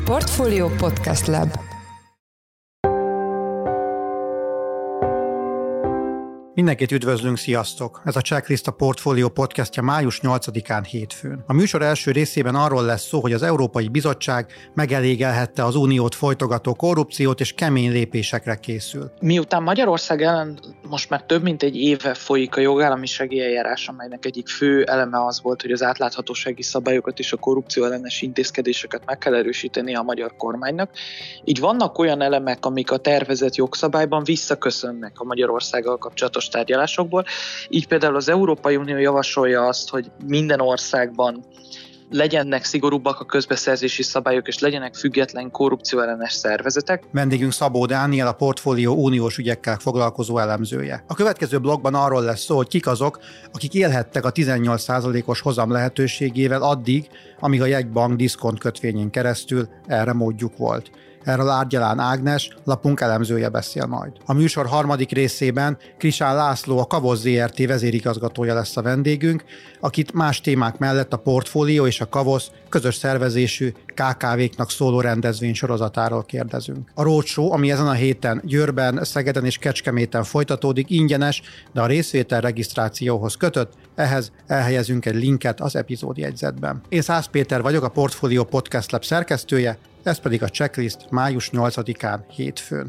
Portfolio Podcast Lab. Mindenkit üdvözlünk, sziasztok! Ez a Checklist a Portfolio podcastja május 8-án hétfőn. A műsor első részében arról lesz szó, hogy az Európai Bizottság megelégelhette az uniót folytogató korrupciót és kemény lépésekre készül. Miután Magyarország ellen most már több mint egy éve folyik a jogállamisági eljárás, amelynek egyik fő eleme az volt, hogy az átláthatósági szabályokat és a korrupció ellenes intézkedéseket meg kell erősíteni a magyar kormánynak, így vannak olyan elemek, amik a tervezett jogszabályban visszaköszönnek a Magyarországgal kapcsolatos tárgyalásokból. Így például az Európai Unió javasolja azt, hogy minden országban legyenek szigorúbbak a közbeszerzési szabályok, és legyenek független korrupcióellenes szervezetek. Vendégünk Szabó Dániel, a Portfolio uniós ügyekkel foglalkozó elemzője. A következő blogban arról lesz szó, hogy kik azok, akik élhettek a 18%-os hozam lehetőségével addig, amíg a jegybank diszkont kötvényén keresztül erre módjuk volt. Erről Árgyalán Ágnes, lapunk elemzője beszél majd. A műsor harmadik részében Krisán László, a Kavosz Zrt. Vezérigazgatója lesz a vendégünk, akit más témák mellett a Portfolio és a Kavosz közös szervezésű KKV-knak szóló rendezvény sorozatáról kérdezünk. A roadshow, ami ezen a héten Győrben, Szegeden és Kecskeméten folytatódik, ingyenes, de a részvétel regisztrációhoz kötött, ehhez elhelyezünk egy linket az epizódjegyzetben. Én Szász Péter vagyok, a Portfolio Podcast Lab szerkesztője, ez pedig a Checklist május 8-án hétfőn.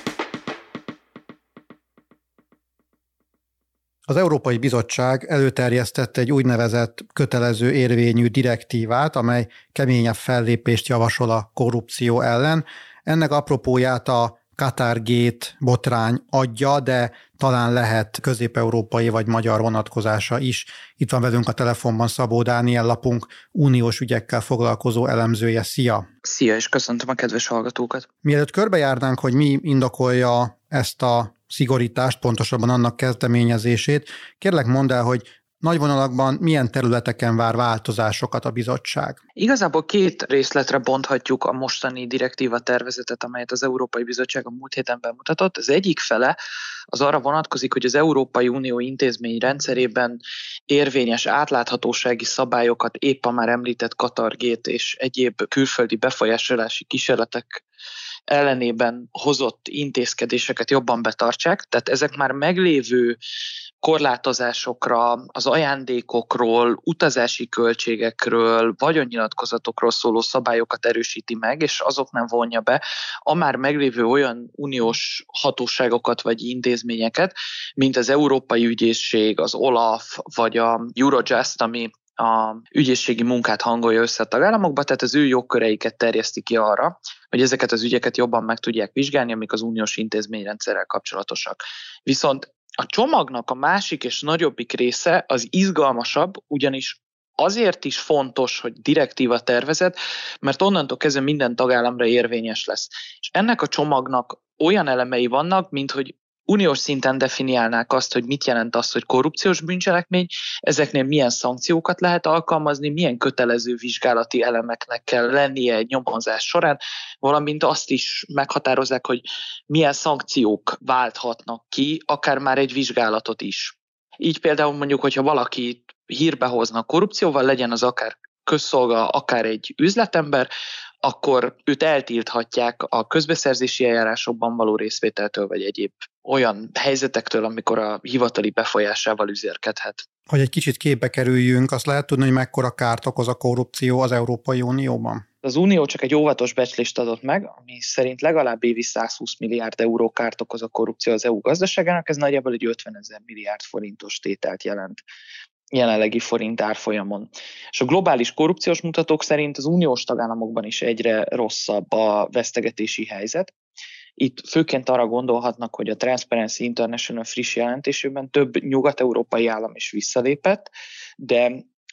Az Európai Bizottság előterjesztett egy úgynevezett kötelező érvényű direktívát, amely keményebb fellépést javasol a korrupció ellen. Ennek apropóját a Qatargate botrány adja, de talán lehet közép-európai vagy magyar vonatkozása is. Itt van velünk a telefonban Szabó Dániel, lapunk uniós ügyekkel foglalkozó elemzője. Szia! Szia, és köszöntöm a kedves hallgatókat! Mielőtt körbejárnánk, hogy mi indokolja ezt a szigorítást, pontosabban annak kezdeményezését, kérlek mondd el, hogy nagy vonalakban milyen területeken vár változásokat a bizottság? Igazából két részletre bonthatjuk a mostani direktíva tervezetet, amelyet az Európai Bizottság a múlt héten bemutatott. Az egyik fele az arra vonatkozik, hogy az Európai Unió intézményrendszerében érvényes átláthatósági szabályokat épp a már említett Qatargate és egyéb külföldi befolyásolási kísérletek ellenében hozott intézkedéseket jobban betartsák, tehát ezek már meglévő korlátozásokra, az ajándékokról, utazási költségekről, vagyonnyilatkozatokról szóló szabályokat erősíti meg, és azok nem vonja be a már meglévő olyan uniós hatóságokat vagy intézményeket, mint az Európai Ügyészség, az OLAF vagy a Eurojust, ami a ügyészségi munkát hangolja össze a tagállamokba, tehát az ő jogköreiket terjeszti ki arra, hogy ezeket az ügyeket jobban meg tudják vizsgálni, amik az uniós intézményrendszerrel kapcsolatosak. Viszont a csomagnak a másik és nagyobbik része az izgalmasabb, ugyanis azért is fontos, hogy direktíva tervezet, mert onnantól kezdve minden tagállamra érvényes lesz. És ennek a csomagnak olyan elemei vannak, mint hogy uniós szinten definiálnák azt, hogy mit jelent az, hogy korrupciós bűncselekmény, ezeknél milyen szankciókat lehet alkalmazni, milyen kötelező vizsgálati elemeknek kell lennie egy nyomozás során, valamint azt is meghatározzák, hogy milyen szankciók válthatnak ki, akár már egy vizsgálatot is. Így például mondjuk, hogyha valaki hírbe hozna korrupcióval, legyen az akár közszolga, akár egy üzletember, akkor őt eltilthatják a közbeszerzési eljárásokban való részvételtől, vagy egyéb olyan helyzetektől, amikor a hivatali befolyásával üzérkedhet. Hogy egy kicsit képbe kerüljünk, azt lehet tudni, hogy mekkora kárt okoz a korrupció az Európai Unióban? Az Unió csak egy óvatos becslést adott meg, ami szerint legalább évi 120 milliárd euró kárt okoz a korrupció az EU gazdaságának, ez nagyjából egy 50 000 milliárd forintos tételt jelent jelenlegi forint árfolyamon. És a globális korrupciós mutatók szerint az uniós tagállamokban is egyre rosszabb a vesztegetési helyzet. Itt főként arra gondolhatnak, hogy a Transparency International friss jelentésében több nyugat-európai állam is visszalépett, de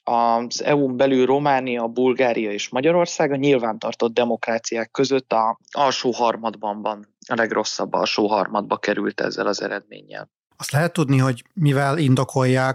az EU-n belül Románia, Bulgária és Magyarország a nyilvántartott demokráciák között az alsó harmadban van, a legrosszabb alsó harmadba került ezzel az eredménnyel. Azt lehet tudni, hogy mivel indokolják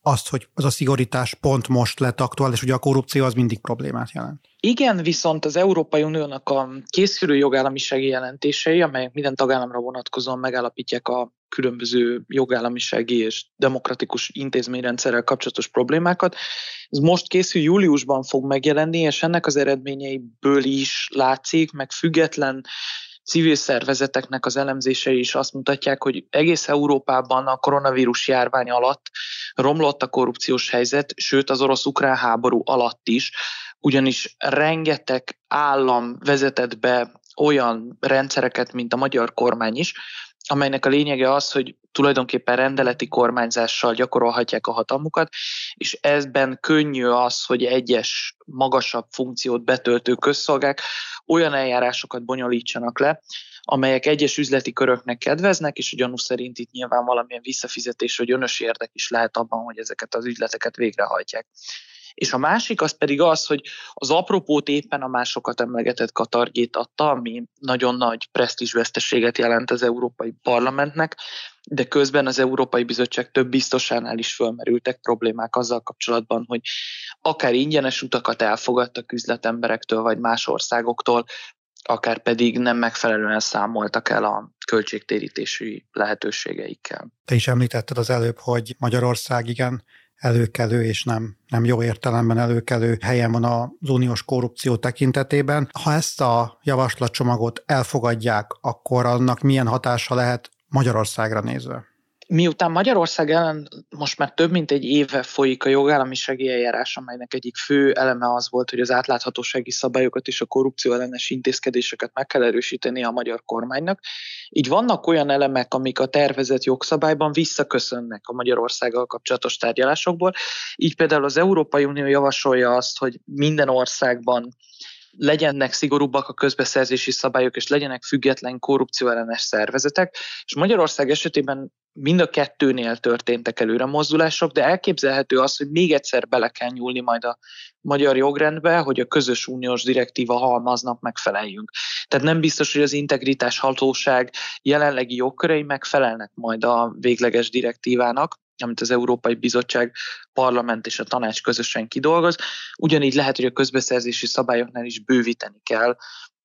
azt, hogy az a szigorítás pont most lett aktuális, ugye a korrupció az mindig problémát jelent. Igen, viszont az Európai Uniónak a készülő jogállamisági jelentései, amelyek minden tagállamra vonatkozóan megállapítják a különböző jogállamisági és demokratikus intézményrendszerrel kapcsolatos problémákat, ez most készül, júliusban fog megjelenni, és ennek az eredményeiből is látszik, meg független civil szervezeteknek az elemzései is azt mutatják, hogy egész Európában a koronavírus járvány alatt romlott a korrupciós helyzet, sőt az orosz-ukrán háború alatt is, ugyanis rengeteg állam vezetett be olyan rendszereket, mint a magyar kormány is, amelynek a lényege az, hogy tulajdonképpen rendeleti kormányzással gyakorolhatják a hatalmukat, és ezben könnyű az, hogy egyes magasabb funkciót betöltő közszolgák olyan eljárásokat bonyolítsanak le, amelyek egyes üzleti köröknek kedveznek, és a gyanú szerint itt nyilván valamilyen visszafizetés vagy önös érdek is lehet abban, hogy ezeket az ügyleteket végrehajtják. És a másik az pedig az, hogy az apropót éppen a másokat emlegetett Katargét adta, ami nagyon nagy presztízsveszteséget jelent az Európai Parlamentnek, de közben az Európai Bizottság több biztosánál is fölmerültek problémák azzal kapcsolatban, hogy akár ingyenes utakat elfogadtak üzletemberektől vagy más országoktól, akár pedig nem megfelelően számoltak el a költségtérítési lehetőségeikkel. Te is említetted az előbb, hogy Magyarország igen előkelő és nem jó értelemben előkelő helyen van az uniós korrupció tekintetében. Ha ezt a javaslatcsomagot elfogadják, akkor annak milyen hatása lehet Magyarországra nézve? Miután Magyarország ellen most már több mint egy éve folyik a jogállamisági eljárás, amelynek egyik fő eleme az volt, hogy az átláthatósági szabályokat és a korrupció ellenes intézkedéseket meg kell erősíteni a magyar kormánynak. Így vannak olyan elemek, amik a tervezett jogszabályban visszaköszönnek a Magyarországgal kapcsolatos tárgyalásokból. Így például az Európai Unió javasolja azt, hogy minden országban legyenek szigorúbbak a közbeszerzési szabályok, és legyenek független korrupcióellenes szervezetek, és Magyarország esetében mind a kettőnél történtek előre mozdulások, de elképzelhető az, hogy még egyszer bele kell nyúlni majd a magyar jogrendbe, hogy a közös uniós direktíva halmaznak megfeleljünk. Tehát nem biztos, hogy az integritás hatóság jelenlegi jogkörei megfelelnek majd a végleges direktívának, amit az Európai Bizottság, Parlament és a Tanács közösen kidolgoz. Ugyanígy lehet, hogy a közbeszerzési szabályoknál is bővíteni kell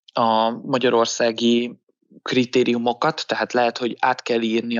a magyarországi kritériumokat, tehát lehet, hogy át kell írni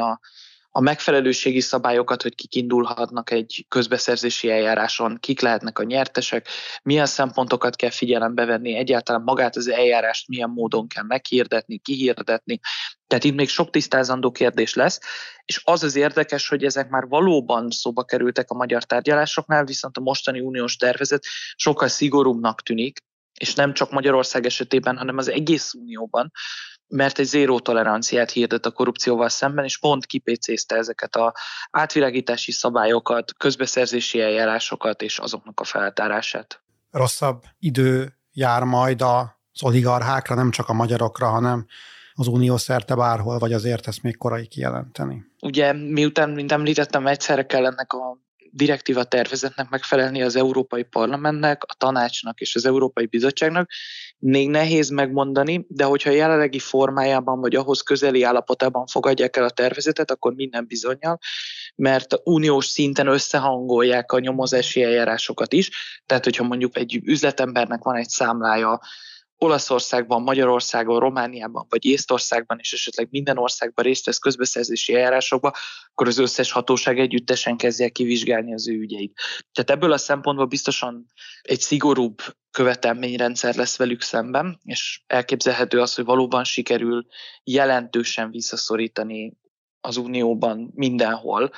a megfelelőségi szabályokat, hogy kik indulhatnak egy közbeszerzési eljáráson, kik lehetnek a nyertesek, milyen szempontokat kell figyelembe venni, egyáltalán magát az eljárást milyen módon kell meghirdetni, kihirdetni. Tehát itt még sok tisztázandó kérdés lesz, és az az érdekes, hogy ezek már valóban szóba kerültek a magyar tárgyalásoknál, viszont a mostani uniós tervezet sokkal szigorúbbnak tűnik, és nem csak Magyarország esetében, hanem az egész unióban, mert egy zéró toleranciát hirdet a korrupcióval szemben, és pont kipécézte ezeket az átvilágítási szabályokat, közbeszerzési eljárásokat és azoknak a feltárását. Rosszabb idő jár majd az oligarchákra, nem csak a magyarokra, hanem az unió szerte bárhol, vagy azért ezt még korai kijelenteni? Ugye miután, mint említettem, egyszerre kell ennek a direktíva tervezetnek megfelelni az Európai Parlamentnek, a Tanácsnak és az Európai Bizottságnak. Még nehéz megmondani, de hogyha jelenlegi formájában vagy ahhoz közeli állapotában fogadják el a tervezetet, akkor minden bizonnyal, mert uniós szinten összehangolják a nyomozási eljárásokat is. Tehát, hogyha mondjuk egy üzletembernek van egy számlája Olaszországban, Magyarországon, Romániában vagy Észtországban, és esetleg minden országban részt vesz közbeszerzési eljárásokba, akkor az összes hatóság együttesen kezdje kivizsgálni az ő ügyeit. Tehát ebből a szempontból biztosan egy szigorúbb követelményrendszer lesz velük szemben, és elképzelhető az, hogy valóban sikerül jelentősen visszaszorítani az Unióban mindenhol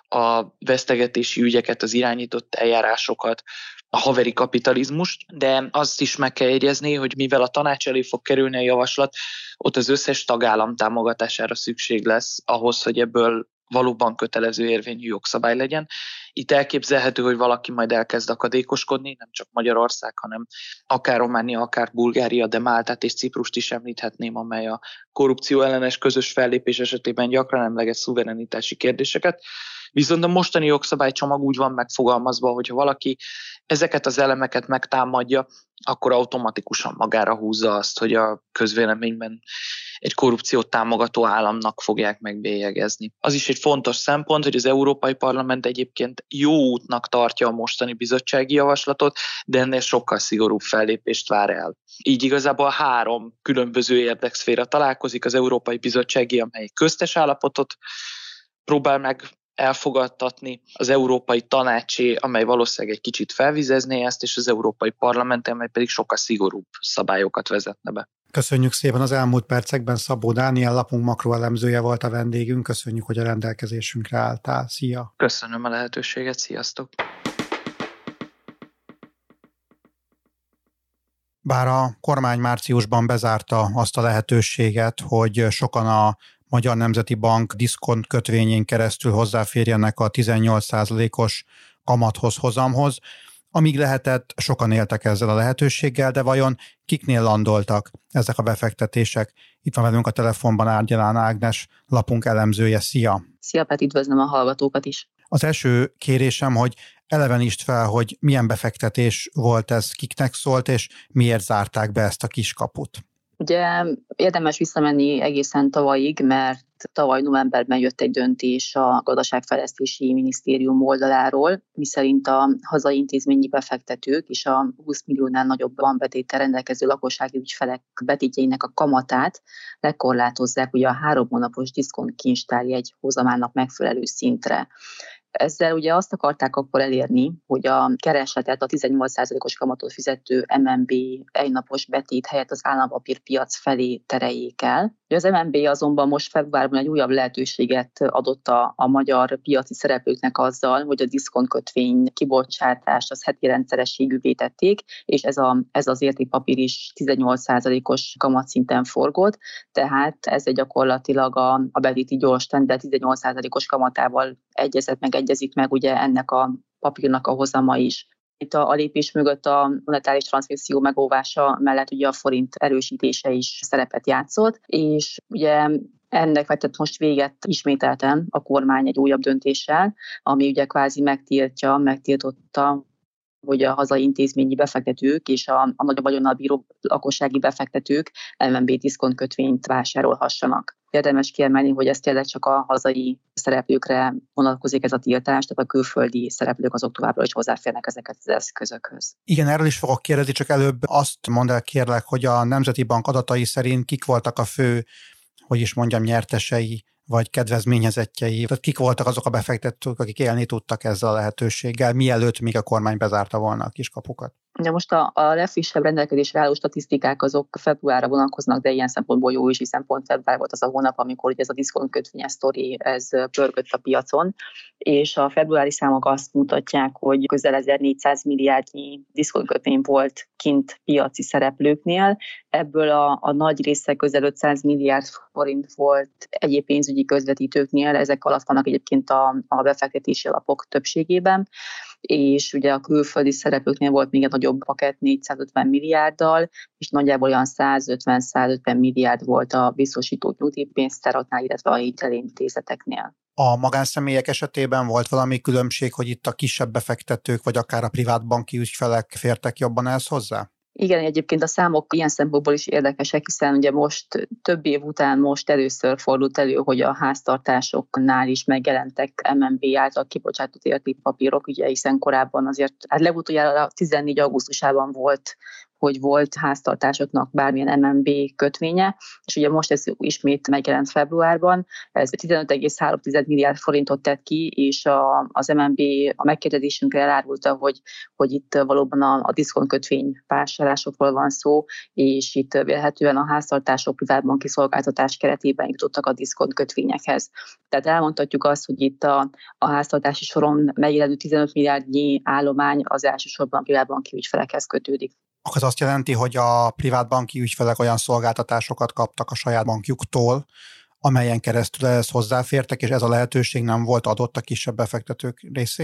a vesztegetési ügyeket, az irányított eljárásokat, a haveri kapitalizmust, de azt is meg kell jegyezni, hogy mivel a tanács elé fog kerülni a javaslat, ott az összes tagállam támogatására szükség lesz ahhoz, hogy ebből valóban kötelező érvényű jogszabály legyen. Itt elképzelhető, hogy valaki majd elkezd akadékoskodni, nem csak Magyarország, hanem akár Románia, akár Bulgária, de Máltát és Ciprust is említhetném, amely a korrupció ellenes közös fellépés esetében gyakran emleget szuverenitási kérdéseket. Viszont a mostani jogszabálycsomag úgy van megfogalmazva, hogyha valaki ezeket az elemeket megtámadja, akkor automatikusan magára húzza azt, hogy a közvéleményben egy korrupciót támogató államnak fogják megbélyegezni. Az is egy fontos szempont, hogy az Európai Parlament egyébként jó útnak tartja a mostani bizottsági javaslatot, de ennél sokkal szigorúbb fellépést vár el. Így igazából 3 különböző érdekszféra találkozik, az Európai Bizottsági, amely köztes állapotot próbál meg elfogadtatni, az Európai Tanácsé, amely valószínűleg egy kicsit felvizezné ezt, és az Európai Parlament, amely pedig sokkal szigorúbb szabályokat vezetne be. Köszönjük szépen, az elmúlt percekben Szabó Dániel, lapunk makroelemzője volt a vendégünk. Köszönjük, hogy a rendelkezésünkre álltál. Szia! Köszönöm a lehetőséget, sziasztok! Bár a kormány márciusban bezárta azt a lehetőséget, hogy sokan a Magyar Nemzeti Bank diszkont kötvényén keresztül hozzáférjenek a 18%-os kamathoz, hozamhoz, amíg lehetett, sokan éltek ezzel a lehetőséggel, de vajon kiknél landoltak ezek a befektetések? Itt van velünk a telefonban Árgyalán Ágnes, lapunk elemzője. Szia! Szia, Pet, üdvözlöm a hallgatókat is! Az első kérésem, hogy elevenítsd fel, hogy milyen befektetés volt ez, kiknek szólt, és miért zárták be ezt a kiskaput. Ugye érdemes visszamenni egészen tavalyig, mert tavaly novemberben jött egy döntés a Gazdaságfejlesztési Minisztérium oldaláról, miszerint a hazai intézményi befektetők és a 20 milliónál nagyobb bankbetéttel rendelkező lakossági ügyfelek betétjeinek a kamatát lekorlátozzák ugye a 3 hónapos diszkontkincstárjegy hozamának megfelelő szintre. Ezzel ugye azt akarták akkor elérni, hogy a keresletet a 18%-os kamatot fizető MNB egynapos betét helyett az állampapírpiac felé tereljék el. Az MNB azonban most februárban egy újabb lehetőséget adott a magyar piaci szereplőknek azzal, hogy a diszkontkötvény kibocsátást az heti rendszerességűvé tették, és ez az értékpapír is 18%-os kamatszinten forgott, tehát ez gyakorlatilag a betéti gyors tender 18%-os kamatával egyezik meg ugye ennek a papírnak a hozama is. Itt a lépés mögött a monetáris transzmisszió megóvása mellett ugye a forint erősítése is szerepet játszott, és ugye ennek vetett most véget ismételten a kormány egy újabb döntéssel, ami ugye kvázi megtiltotta, hogy a hazai intézményi befektetők és a nagyobb vagyonnal bíró lakossági befektetők MNB diszkontkötvényt vásárolhassanak. Érdemes kiemelni, hogy ez tényleg csak a hazai szereplőkre vonatkozik ez a tiltás, tehát a külföldi szereplők azok továbbra is hozzáférnek ezeket az eszközökhöz. Igen, erről is fogok kérdezni, csak előbb azt mondd el kérlek, hogy a Nemzeti Bank adatai szerint kik voltak a fő, nyertesei vagy kedvezményezettjei, tehát kik voltak azok a befektetők, akik élni tudtak ezzel a lehetőséggel, mielőtt még a kormány bezárta volna a kiskapukat? Ugye most a legfrissebb rendelkezésre álló statisztikák azok februárra vonatkoznak, de ilyen szempontból jó is, hiszen pont február volt az a hónap, amikor ugye ez a diszkontkötvényes sztori ez pörgött a piacon, és a februári számok azt mutatják, hogy közel 1400 milliárdnyi diszkontkötvény volt kint piaci szereplőknél, ebből a nagy része közel 500 milliárd forint volt egyéb pénzügyi közvetítőknél, ezek alatt vannak egyébként a befektetési alapok többségében, és ugye a külföldi szereplőknél volt még egy nagyobb pakett 450 milliárddal, és nagyjából olyan 150-150 milliárd volt a biztosító nyugdíjpénztáraknál, illetve a hitelintézeteknél. A magánszemélyek esetében volt valami különbség, hogy itt a kisebb befektetők, vagy akár a privátbanki ügyfelek fértek jobban ehhez hozzá? Igen, egyébként a számok ilyen szempontból is érdekesek, hiszen ugye most több év után most először fordult elő, hogy a háztartásoknál is megjelentek MNB által kibocsátott értékpapírok, ugye hiszen korábban azért, legutoljára 14. augusztusában volt háztartásoknak bármilyen MNB kötvénye, és ugye most ez ismét megjelent februárban, ez 15,3 milliárd forintot tett ki, és az MNB a megkérdezésünkre elárulta, hogy itt valóban a diszkontkötvény vásárlásokról van szó, és itt vélhetően a háztartások privátbanki szolgáltatás keretében jutottak a diszkontkötvényekhez. Tehát elmondhatjuk azt, hogy itt a háztartási soron megjelenő 15 milliárdnyi állomány az elsősorban a privátbanki ügyfelekhez kötődik. Az azt jelenti, hogy a privátbanki ügyfelek olyan szolgáltatásokat kaptak a saját bankjuktól, amelyen keresztül ehhez hozzáfértek, és ez a lehetőség nem volt adott a kisebb befektetők részére?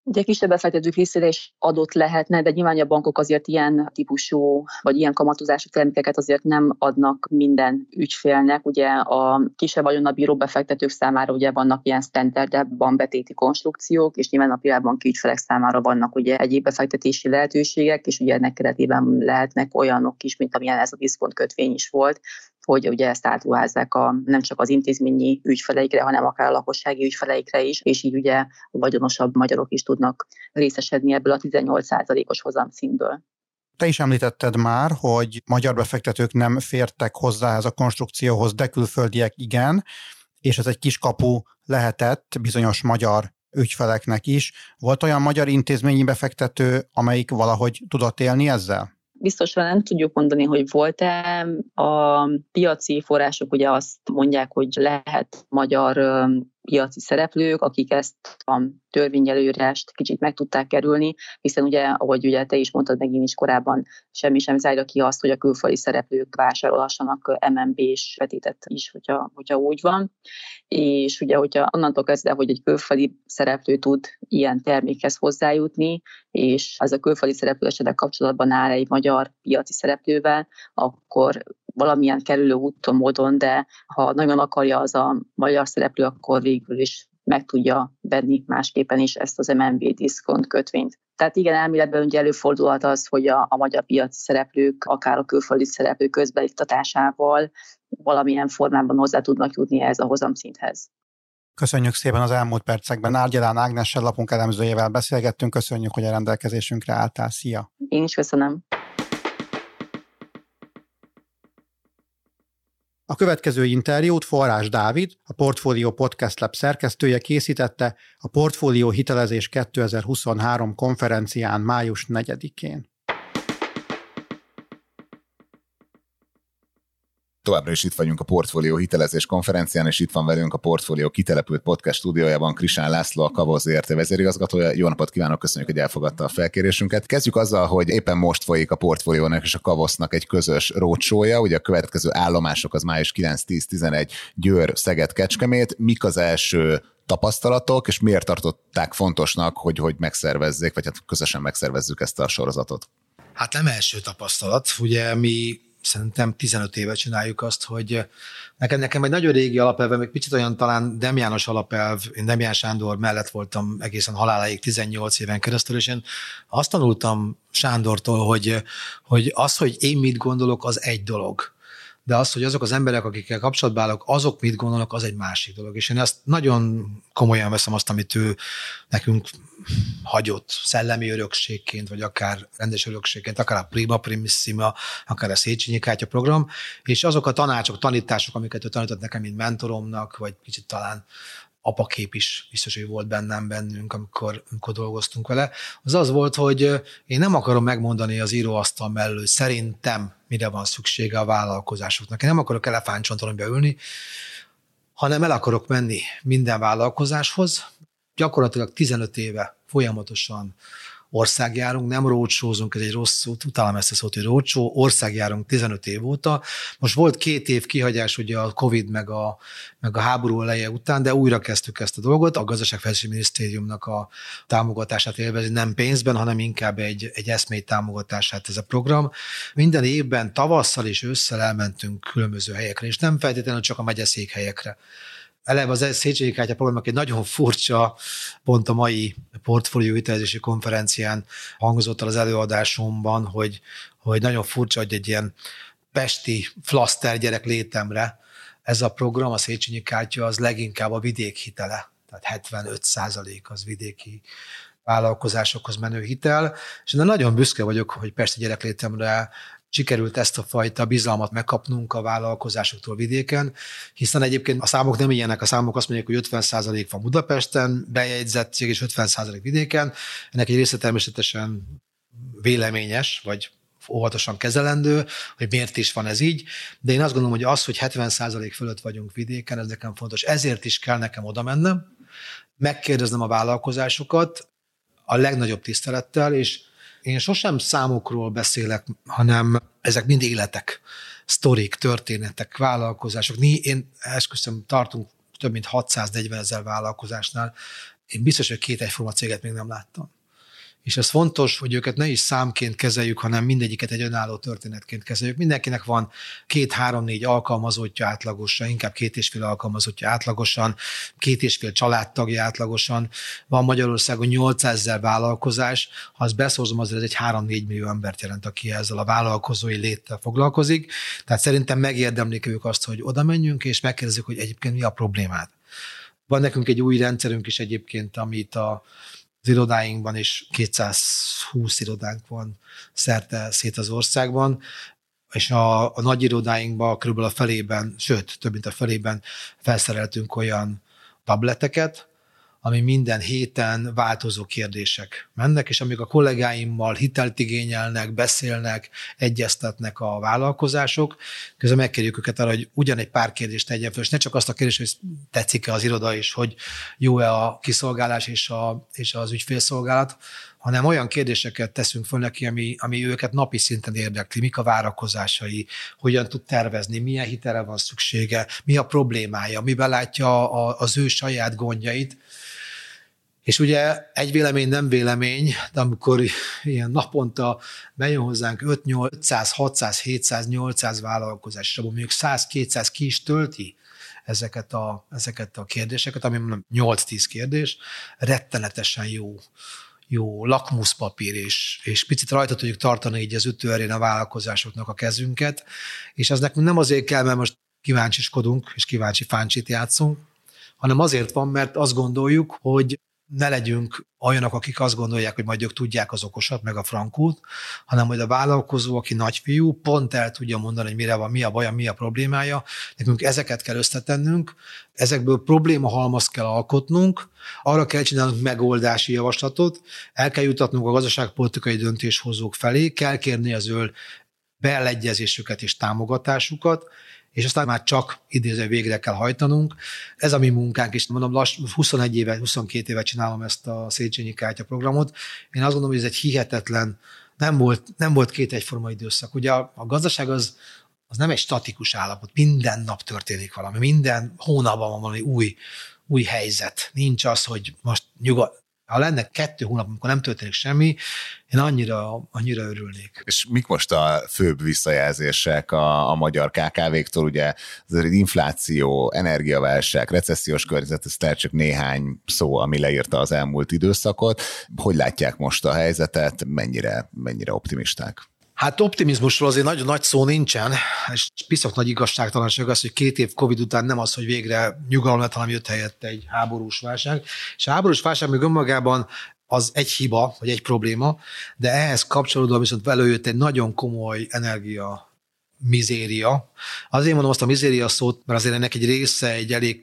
Ugye kisebb befektetők részére is adott lehetne, de nyilván a bankok azért ilyen típusú, vagy ilyen kamatozású termékeket azért nem adnak minden ügyfélnek. Ugye a kisebb vagyonnal bíró befektetők számára ugye vannak ilyen standardebb bankbetéti konstrukciók, és nyilván a privátbanki ügyfelek számára vannak ugye egyéb befektetési lehetőségek, és ugye ennek keretében lehetnek olyanok is, mint amilyen ez a diszkont kötvény is volt, hogy ugye ezt átruházzák nem csak az intézményi ügyfeleikre, hanem akár a lakossági ügyfeleikre is, és így ugye a vagyonosabb magyarok is tudnak részesedni ebből a 18%-os hozamszintből. Te is említetted már, hogy magyar befektetők nem fértek hozzá ez a konstrukcióhoz, de külföldiek igen, és ez egy kiskapu lehetett bizonyos magyar ügyfeleknek is. Volt olyan magyar intézményi befektető, amelyik valahogy tudott élni ezzel? Biztosan nem tudjuk mondani, hogy volt-e. A piaci források ugye azt mondják, hogy lehet magyar piaci szereplők, akik ezt a törvényelőírást kicsit meg tudták kerülni, hiszen ugye, ahogy ugye te is mondtad, meg én is korábban, semmi sem zárja ki azt, hogy a külföldi szereplők vásárolhassanak MNB-s betétet is, hogyha úgy van. És ugye, hogyha onnantól kezdve, hogy egy külföldi szereplő tud ilyen termékhez hozzájutni, és az a külföldi szereplő esetleg kapcsolatban áll egy magyar piaci szereplővel, akkor valamilyen kerülő úton, módon, de ha nagyon akarja az a magyar szereplő, akkor végül is meg tudja venni másképpen is ezt az MNB diszkont kötvényt. Tehát igen, elméletben ugye előfordulhat az, hogy a magyar piaci szereplők, akár a külföldi szereplők közbeiktatásával valamilyen formában hozzá tudnak jutni ehhez a hozamszinthez. Köszönjük szépen az elmúlt percekben. Árgyalán Ágnessel, lapunk elemzőjével beszélgettünk. Köszönjük, hogy a rendelkezésünkre álltál. Szia! Én is köszönöm. A következő interjút Forrás Dávid, a Portfolio Podcast Lab szerkesztője készítette a Portfolio Hitelezés 2023 konferencián május 4-én. Továbbra is itt vagyunk a Portfolio Hitelezés konferencián, és itt van velünk a Portfolio kitelepült podcast stúdiójában Krisán László, a Kavo Zrt. Vezérigazgatója. Jó napot kívánok, köszönjük, hogy elfogadta a felkérésünket. Kezdjük azzal, hogy éppen most folyik a Portfolionak és a Kavosznak egy közös roadshow-ja. Ugye a következő állomások az május 9-10-11 Győr, Szeged, Kecskemét. Mik az első tapasztalatok, és miért tartották fontosnak, hogy megszervezzék, vagy hát közösen megszervezzük ezt a sorozatot? Hát nem első tapasztalat. Ugye mi szerintem 15 éve csináljuk azt, hogy nekem egy nagyon régi alapelve, még picit olyan talán Demjános alapelv, én Demján Sándor mellett voltam egészen haláláig 18 éven keresztül, és én azt tanultam Sándortól, hogy az, hogy én mit gondolok, az egy dolog. De az, hogy azok az emberek, akikkel kapcsolatban állok, azok mit gondolnak, az egy másik dolog. És én ezt nagyon komolyan veszem azt, amit ő nekünk hagyott szellemi örökségként, vagy akár rendes örökségként, akár a Prima Primissima, akár a Széchenyi kártya program, és azok a tanácsok, tanítások, amiket ő tanított nekem, mint mentoromnak, vagy kicsit talán apakép is biztos, hogy volt bennünk, amikor dolgoztunk vele, az volt, hogy én nem akarom megmondani az íróasztal mellől, hogy szerintem mire van szüksége a vállalkozásoknak. Én nem akarok elefántcsontoronyba ülni, hanem el akarok menni minden vállalkozáshoz. Gyakorlatilag 15 éve folyamatosan országjárunk, nem roadshowzunk, ez egy rossz szó, utálom ezt a szót, hogy roadshow, országjárunk 15 év óta. Most volt 2 év kihagyás ugye a Covid meg a háború eleje után, de újra kezdtük ezt a dolgot, a Gazdaságfejlesztési Minisztériumnak a támogatását élvezi, nem pénzben, hanem inkább egy eszmei támogatását ez a program. Minden évben tavasszal és ősszel elmentünk különböző helyekre, és nem feltétlenül csak a megyeszékhelyekre. Eleve az Széchenyi kártya programnak egy nagyon furcsa, pont a mai portfólió hitelezési konferencián hangzott el az előadásomban, hogy nagyon furcsa, hogy egy ilyen pesti flaszter gyerek létemre ez a program, a Széchenyi kártya, az leginkább a vidék hitele, tehát 75% az vidéki vállalkozásokhoz menő hitel, és nagyon büszke vagyok, hogy pesti gyerek létemre sikerült ezt a fajta bizalmat megkapnunk a vállalkozásoktól vidéken, hiszen egyébként a számok nem ilyenek, a számok azt mondják, hogy 50% van Budapesten, bejegyzett cég, és 50% vidéken. Ennek egy része természetesen véleményes, vagy óvatosan kezelendő, hogy miért is van ez így, de én azt gondolom, hogy az, hogy 70% fölött vagyunk vidéken, ez nekem fontos. Ezért is kell nekem oda mennem, megkérdeznem a vállalkozásokat a legnagyobb tisztelettel, és én sosem számokról beszélek, hanem ezek mind életek, sztorik, történetek, vállalkozások. Én esküszöm, tartunk több mint 640 000 vállalkozásnál. én biztos, hogy 2 egyforma céget még nem láttam. És ez fontos, hogy őket ne is számként kezeljük, hanem mindegyiket egy önálló történetként kezeljük. Mindenkinek van 2-3-4 alkalmazottja átlagosan, inkább 2,5 alkalmazottja átlagosan, 2,5 családtagja átlagosan. Van Magyarországon 800 000 vállalkozás, ha azt beszorzom, azért ez egy 3-4 millió embert jelent, aki ezzel a vállalkozói léttel foglalkozik. Tehát szerintem megérdemlik ők azt, hogy oda menjünk, és megkérdezzük, hogy egyébként mi a problémát. Van nekünk egy új rendszerünk is egyébként, amit az irodáinkban is 220 irodánk van szerte szét az országban, és a nagy irodáinkban körülbelül a felében, sőt, több mint a felében felszereltünk olyan tableteket, ami minden héten változó kérdések mennek, és amíg a kollégáimmal hitelt igényelnek, beszélnek, egyeztetnek a vállalkozások, közben megkérjük őket arra, hogy ugyan egy pár kérdést tegyen fel, és ne csak azt a kérdést, hogy tetszik-e az iroda, és hogy jó-e a kiszolgálás és az ügyfélszolgálat, hanem olyan kérdéseket teszünk föl neki, ami őket napi szinten érdekli, mik a várakozásai, hogyan tud tervezni, milyen hitelre van szüksége, mi a problémája, miben látja az ő saját gondjait. És ugye egy vélemény nem vélemény, de amikor ilyen naponta bejön hozzánk 500, 600, 700, 800 vállalkozás, és abban mondjuk 100-200 ki is tölti ezeket a kérdéseket, ami mondom 8-10 kérdés, rettenetesen jó lakmuszpapír, és picit rajta tudjuk tartani így az ütőerén a vállalkozásoknak a kezünket, és az nekünk nem azért kell, mert most kíváncsiskodunk, és kíváncsi fáncsit játszunk, hanem azért van, mert azt gondoljuk, hogy ne legyünk olyanok, akik azt gondolják, hogy majd ők tudják az okosat, meg a frankót, hanem hogy a vállalkozó, aki nagyfiú, pont el tudja mondani, hogy mire van, mi a baja, mi a problémája. Nekünk ezeket kell összetennünk, ezekből problémahalmazt kell alkotnunk, arra kell csinálnunk megoldási javaslatot, el kell jutatnunk a gazdaságpolitikai döntéshozók felé, kell kérni az ő beleegyezésüket és támogatásukat, és aztán már csak idéző végre kell hajtanunk. Ez a mi munkánk is. Mondom, 21 éve, 22 éve csinálom ezt a Széchenyi Kártya programot. Én azt gondolom, hogy ez egy hihetetlen, nem volt 2 egyforma időszak. Ugye a gazdaság az nem egy statikus állapot. Minden nap történik valami. Minden hónapban van valami új helyzet. Nincs az, hogy most nyugodt. Ha lenne 2 hónap, amikor nem történik semmi, én annyira örülnék. És mik most a főbb visszajelzések a magyar KKV-któl? Ugye az infláció, energiaválság, recessziós környezet, ez lehet csak néhány szó, ami leírta az elmúlt időszakot. Hogy látják most a helyzetet? Mennyire optimisták? Hát optimizmusról azért nagyon nagy szó nincsen, és piszok nagy igazságtalanság az, hogy 2 év Covid után nem az, hogy végre nyugalom lett, hanem jött helyette egy háborús válság. És a háborús válság még önmagában az egy hiba, vagy egy probléma, de ehhez kapcsolódóan viszont előjött egy nagyon komoly energia mizéria. Azért mondom azt a mizéria szót, mert azért ennek egy része egy elég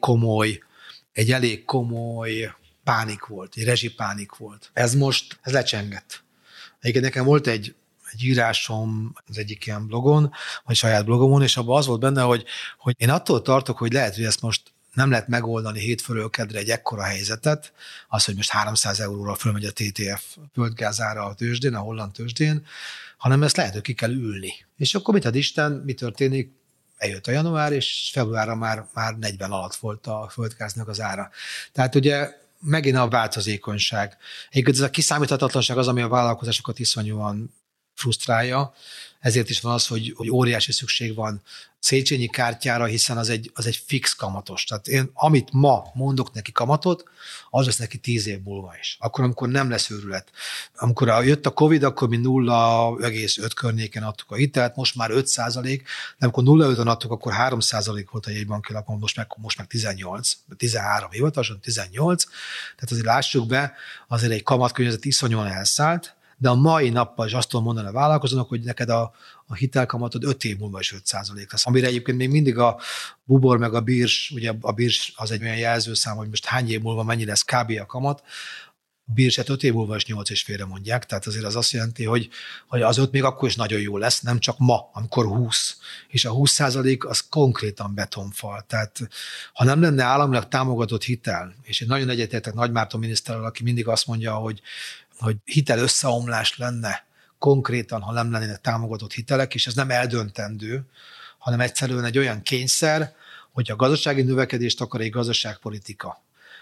komoly pánik volt, egy rezsipánik volt. Ez lecsengett. Egyébként nekem volt egy írásom az egyik ilyen blogon, vagy saját blogomon, és abban az volt benne, hogy én attól tartok, hogy lehet, hogy ezt most nem lehet megoldani hétfőről kedre egy ekkora helyzetet, az, hogy most 300 euróra fölmegy a TTF földgázára a tőzsdén, a holland tőzsdén, hanem ezt lehet, hogy ki kell ülni. És akkor mit ad Isten, mi történik? Eljött a január, és februárra már 40 alatt volt a földgáznak az ára. Tehát ugye megint a változékonyság. Egyébként ez a kiszámíthatatlanság az, ami a vállalkozásokat iszonyúan frusztrálja, ezért is van az, hogy óriási szükség van Széchenyi Kártyára, hiszen az egy fix kamatos. Tehát én, amit ma mondok neki kamatot, az lesz neki 10 év múlva is. Akkor, amikor nem lesz őrület. Amikor jött a Covid, akkor mi 0,5 környéken adtuk a hitelt, most már 5%, de amikor 0,5-on adtuk, akkor 3% volt a jegybanki lapon, most meg 18, 13 hivatalosan, 18. Tehát azért lássuk be, azért egy kamatkörnyezet iszonyúan elszállt, de a mai nappal is azt tudom mondani a vállalkozónak, hogy neked a hitelkamatod 5 év múlva is 5% lesz. Amire egyébként még mindig a bubor meg a birs, ugye a birs az egy olyan jelzőszám, hogy most hány év múlva mennyi lesz kb. A kamat, a birset 5 év múlva is 8,5-re mondják, tehát azért az azt jelenti, hogy az 5 még akkor is nagyon jó lesz, nem csak ma, amikor 20. És a 20% az konkrétan betonfal. Tehát ha nem lenne államilag támogatott hitel, és én nagyon egyetértek Nagy Márton miniszterrel, aki mindig azt mondja, hogy hitel összeomlás lenne konkrétan, ha nem lennének támogatott hitelek, és ez nem eldöntendő, hanem egyszerűen egy olyan kényszer, hogy a gazdasági növekedést akar egy gazdaságpolitika.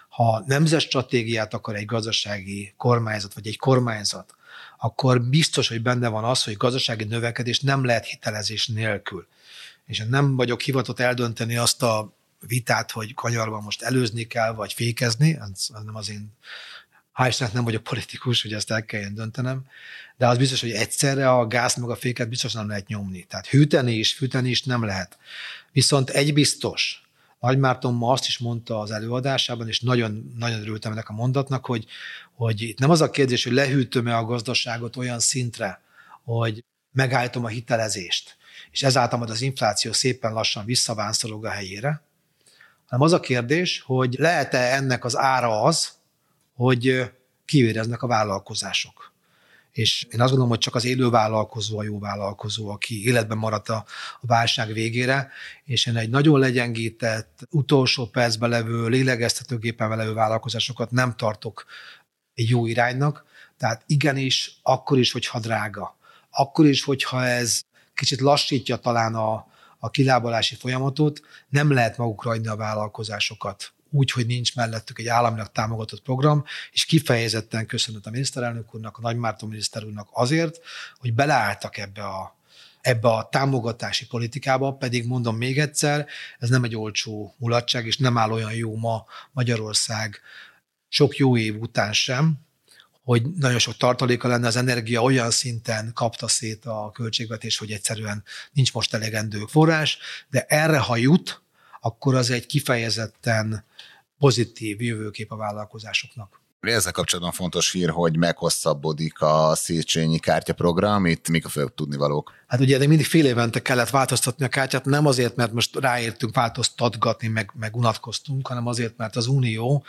Ha nemzetstratégiát akar egy gazdasági kormányzat, vagy egy kormányzat, akkor biztos, hogy benne van az, hogy gazdasági növekedés nem lehet hitelezés nélkül. És nem vagyok hivatott eldönteni azt a vitát, hogy kanyarban most előzni kell, vagy fékezni, az nem az én, hál' Istennek nem vagyok politikus, hogy ezt el kelljen döntenem, de az biztos, hogy egyszerre a gáz meg a féket biztos nem lehet nyomni. Tehát fűteni is nem lehet. Viszont egy biztos, Nagy Márton ma azt is mondta az előadásában, és nagyon, nagyon örültem ennek a mondatnak, hogy itt nem az a kérdés, hogy lehűtöm-e a gazdaságot olyan szintre, hogy megállítom a hitelezést, és ezáltal majd az infláció szépen lassan visszavánszorog a helyére, hanem az a kérdés, hogy lehet-e ennek az ára az, hogy kivéreznek a vállalkozások. És én azt gondolom, hogy csak az élő vállalkozó a jó vállalkozó, aki életben maradt a válság végére, és én egy nagyon legyengített, utolsó percben levő, lélegeztetőgépen levő vállalkozásokat nem tartok egy jó iránynak. Tehát igenis, akkor is, hogyha drága, akkor is, hogyha ez kicsit lassítja talán a kilábalási folyamatot, nem lehet magukra adni a vállalkozásokat úgy, hogy nincs mellettük egy államilag támogatott program, és kifejezetten köszönet a miniszterelnök úrnak, a Nagy Márton miniszter úrnak azért, hogy beleálltak ebbe a támogatási politikába, pedig mondom még egyszer, ez nem egy olcsó mulatság, és nem áll olyan jó ma Magyarország sok jó év után sem, hogy nagyon sok tartaléka lenne, az energia olyan szinten kapta szét a költségvetés, hogy egyszerűen nincs most elegendő forrás, de erre, ha jut, akkor az egy kifejezetten pozitív jövőkép a vállalkozásoknak. Ezzel kapcsolatban fontos hír, hogy meghosszabbodik a Széchenyi kártyaprogram. Itt mik a főbb tudnivalók? Hát ugye mindig fél évente kellett változtatni a kártyát, nem azért, mert most ráértünk változtatgatni, meg unatkoztunk, hanem azért, mert az Unió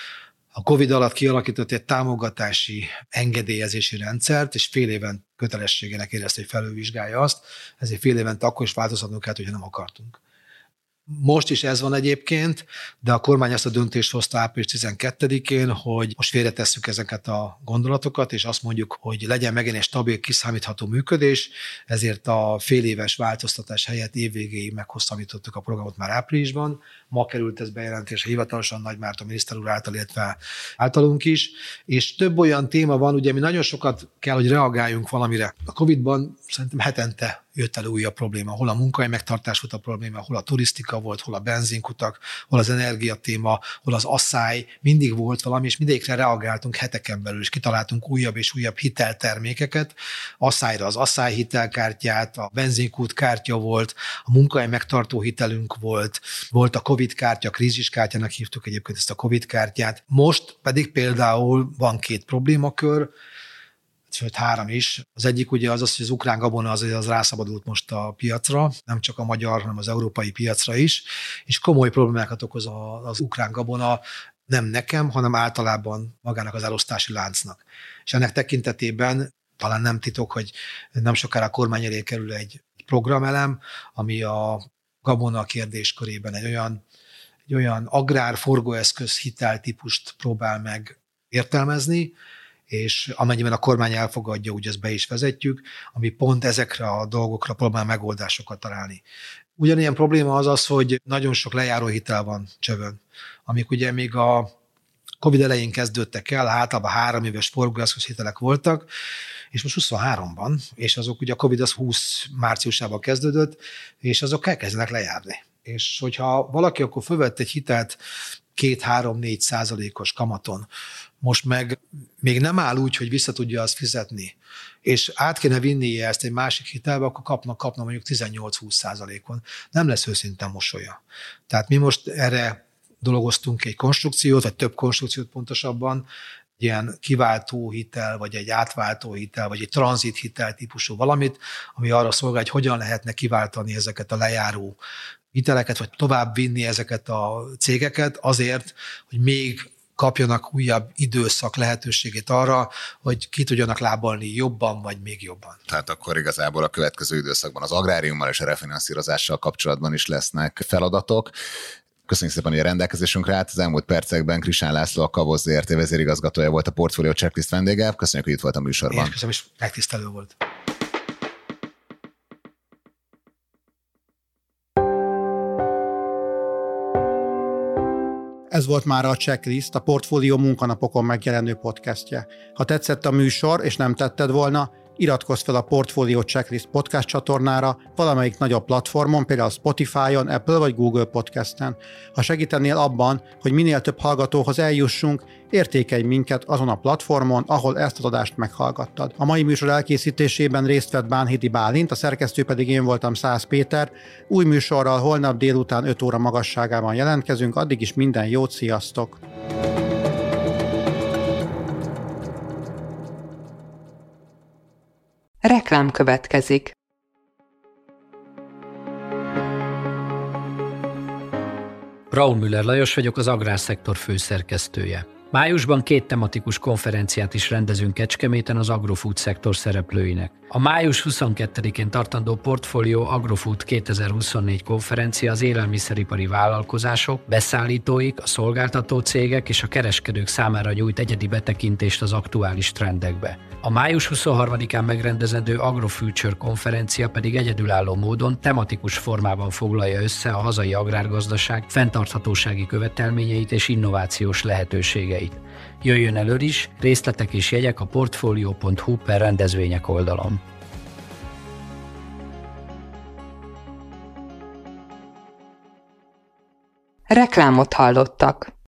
a Covid alatt kialakított egy támogatási engedélyezési rendszert, és fél éven kötelességének érezte, hogy felülvizsgálja azt, ezért fél évente akkor is változtatnunk kellett, hogyha nem akartunk. Most is ez van egyébként, de a kormány ezt a döntést hozta április 12-én, hogy most félretesszük ezeket a gondolatokat, és azt mondjuk, hogy legyen megint egy stabil, kiszámítható működés, ezért a fél éves változtatás helyett évvégéig meghosszabbítottuk a programot már áprilisban. Ma került ez bejelentésre hivatalosan Nagy Márton miniszter úr által, illetve általunk is, és több olyan téma van, ugye mi nagyon sokat kell, hogy reagáljunk valamire. A Covid-ban szerintem hetente jött elő újabb probléma. Hol a munkahely megtartás volt a probléma, hol a turisztika volt, hol a benzinkutak, hol az energiatéma, hol az asszály, mindig volt valami, és mindegyikre reagáltunk heteken belül, és kitaláltunk újabb és újabb hiteltermékeket. Asszályra az asszály hitelkártyát, a benzinkút kártya volt, a munkahely megtartó hitelünk volt a Covid kártya, kríziskártyának hívtuk egyébként ezt a Covid kártyát. Most pedig például van 2 problémakör, sőt 3 is. Az egyik ugye az, hogy az ukrán gabona az rászabadult most a piacra, nem csak a magyar, hanem az európai piacra is, és komoly problémákat okoz az ukrán gabona, nem nekem, hanem általában magának az elosztási láncnak. És ennek tekintetében talán nem titok, hogy nem sokára a kormány elé kerül egy programelem, ami a gabona kérdéskörében egy olyan agrár forgóeszköz hiteltípust próbál meg értelmezni, és amennyiben a kormány elfogadja, úgy ezt be is vezetjük, ami pont ezekre a dolgokra próbál megoldásokat találni. Ugyanilyen probléma az, hogy nagyon sok lejáró hitel van csövön, amik ugye még a Covid elején kezdődtek el, általában 3 éves forgóeszköz hitelek voltak, és most 23-ban, és azok ugye a Covid az 20 márciusában kezdődött, és azok elkezdenek lejárni. És hogyha valaki akkor fölvett egy hitelt 2-3-4% kamaton, most meg még nem áll úgy, hogy vissza tudja azt fizetni, és át kéne vinnie ezt egy másik hitelbe, akkor kapna mondjuk 18-20%-on. Nem lesz őszintén mosolya. Tehát mi most erre dolgoztunk egy konstrukciót, vagy több konstrukciót pontosabban, egy ilyen kiváltó hitel, vagy egy átváltó hitel, vagy egy tranzit hitel típusú valamit, ami arra szolgál, hogy hogyan lehetne kiváltani ezeket a lejáró hiteleket, vagy tovább vinni ezeket a cégeket azért, hogy még kapjanak újabb időszak lehetőségét arra, hogy ki tudjanak lábalni jobban, vagy még jobban. Tehát akkor igazából a következő időszakban az agráriummal és a refinanszírozással kapcsolatban is lesznek feladatok. Köszönjük szépen, hogy a rendelkezésünkre állt. Az elmúlt percekben Krisán László, a Kavoz Zrt. Vezérigazgatója volt, a Portfolio Checklist vendége. Köszönjük, hogy itt volt a műsorban. Én köszönöm, és megtisztelő volt. Ez volt már a Checklist, a Portfólió munkanapokon megjelenő podcastje. Ha tetszett a műsor, és nem tetted volna, iratkozz fel a Portfólió Checklist podcast csatornára valamelyik nagyobb platformon, például Spotify-on, Apple vagy Google Podcasten. Ha segítenél abban, hogy minél több hallgatóhoz eljussunk, értékelj minket azon a platformon, ahol ezt az adást meghallgattad. A mai műsor elkészítésében részt vett Bánhidi Bálint, a szerkesztő pedig én voltam, Szász Péter. Új műsorral holnap délután 5 óra magasságában jelentkezünk, addig is minden jót, sziasztok! Reklám következik. Braun Müller Lajos vagyok, az Agrárszektor főszerkesztője. Májusban 2 tematikus konferenciát is rendezünk Kecskeméten az agrofood szektor szereplőinek. A május 22-én tartandó Portfolio Agrofood 2024 konferencia az élelmiszeripari vállalkozások, beszállítóik, a szolgáltató cégek és a kereskedők számára nyújt egyedi betekintést az aktuális trendekbe. A május 23-án megrendezendő AgroFuture konferencia pedig egyedülálló módon tematikus formában foglalja össze a hazai agrárgazdaság fenntarthatósági követelményeit és innovációs lehetőségeit. Jöjjön elő is, részletek és jegyek a portfolio.hu/rendezvények oldalon. Reklámot hallottak.